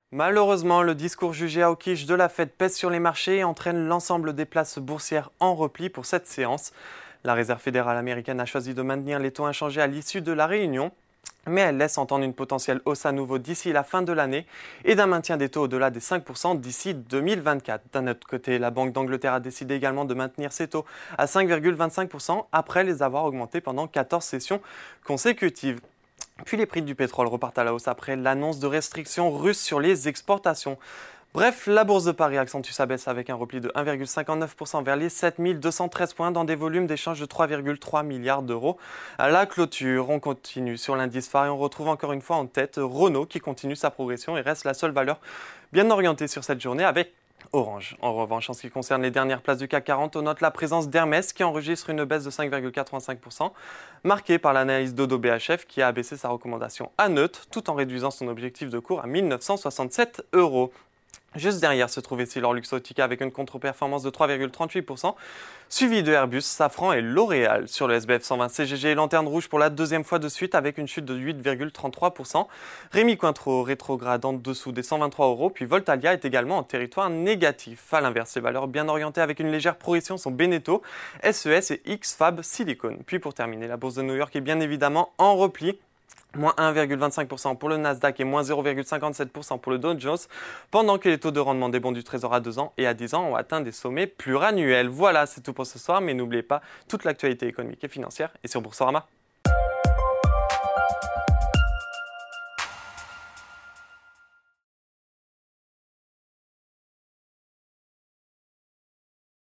Malheureusement, le discours jugé hawkish de la Fed pèse sur les marchés et entraîne l'ensemble des places boursières en repli pour cette séance. La Réserve fédérale américaine a choisi de maintenir les taux inchangés à l'issue de la réunion, mais elle laisse entendre une potentielle hausse à nouveau d'ici la fin de l'année et d'un maintien des taux au-delà des 5% d'ici 2024. D'un autre côté, la Banque d'Angleterre a décidé également de maintenir ses taux à 5,25% après les avoir augmentés pendant 14 sessions consécutives. Puis les prix du pétrole repartent à la hausse après l'annonce de restrictions russes sur les exportations. Bref, la bourse de Paris accentue sa baisse avec un repli de 1,59% vers les 7213 points dans des volumes d'échange de 3,3 milliards d'euros. À la clôture, on continue sur l'indice phare et on retrouve encore une fois en tête Renault qui continue sa progression et reste la seule valeur bien orientée sur cette journée avec Orange. En revanche, en ce qui concerne les dernières places du CAC 40, on note la présence d'Hermès qui enregistre une baisse de 5,85%, marquée par l'analyse d'Odo BHF qui a abaissé sa recommandation à neutre tout en réduisant son objectif de cours à 1967 euros. Juste derrière se trouve EssilorLuxottica avec une contre-performance de 3,38%, suivi de Airbus, Safran et L'Oréal. Sur le SBF 120, CGG est lanterne rouge pour la deuxième fois de suite avec une chute de 8,33%. Rémi Cointreau rétrograde en dessous des 123 euros, puis Voltalia est également en territoire négatif. A l'inverse, les valeurs bien orientées avec une légère progression sont Beneteau, SES et XFAB Silicon. Puis pour terminer, la bourse de New York est bien évidemment en repli. Moins 1,25% pour le Nasdaq et moins 0,57% pour le Dow Jones, pendant que les taux de rendement des bons du Trésor à 2 ans et à 10 ans ont atteint des sommets pluriannuels. Voilà, c'est tout pour ce soir, mais n'oubliez pas, toute l'actualité économique et financière est sur Boursorama.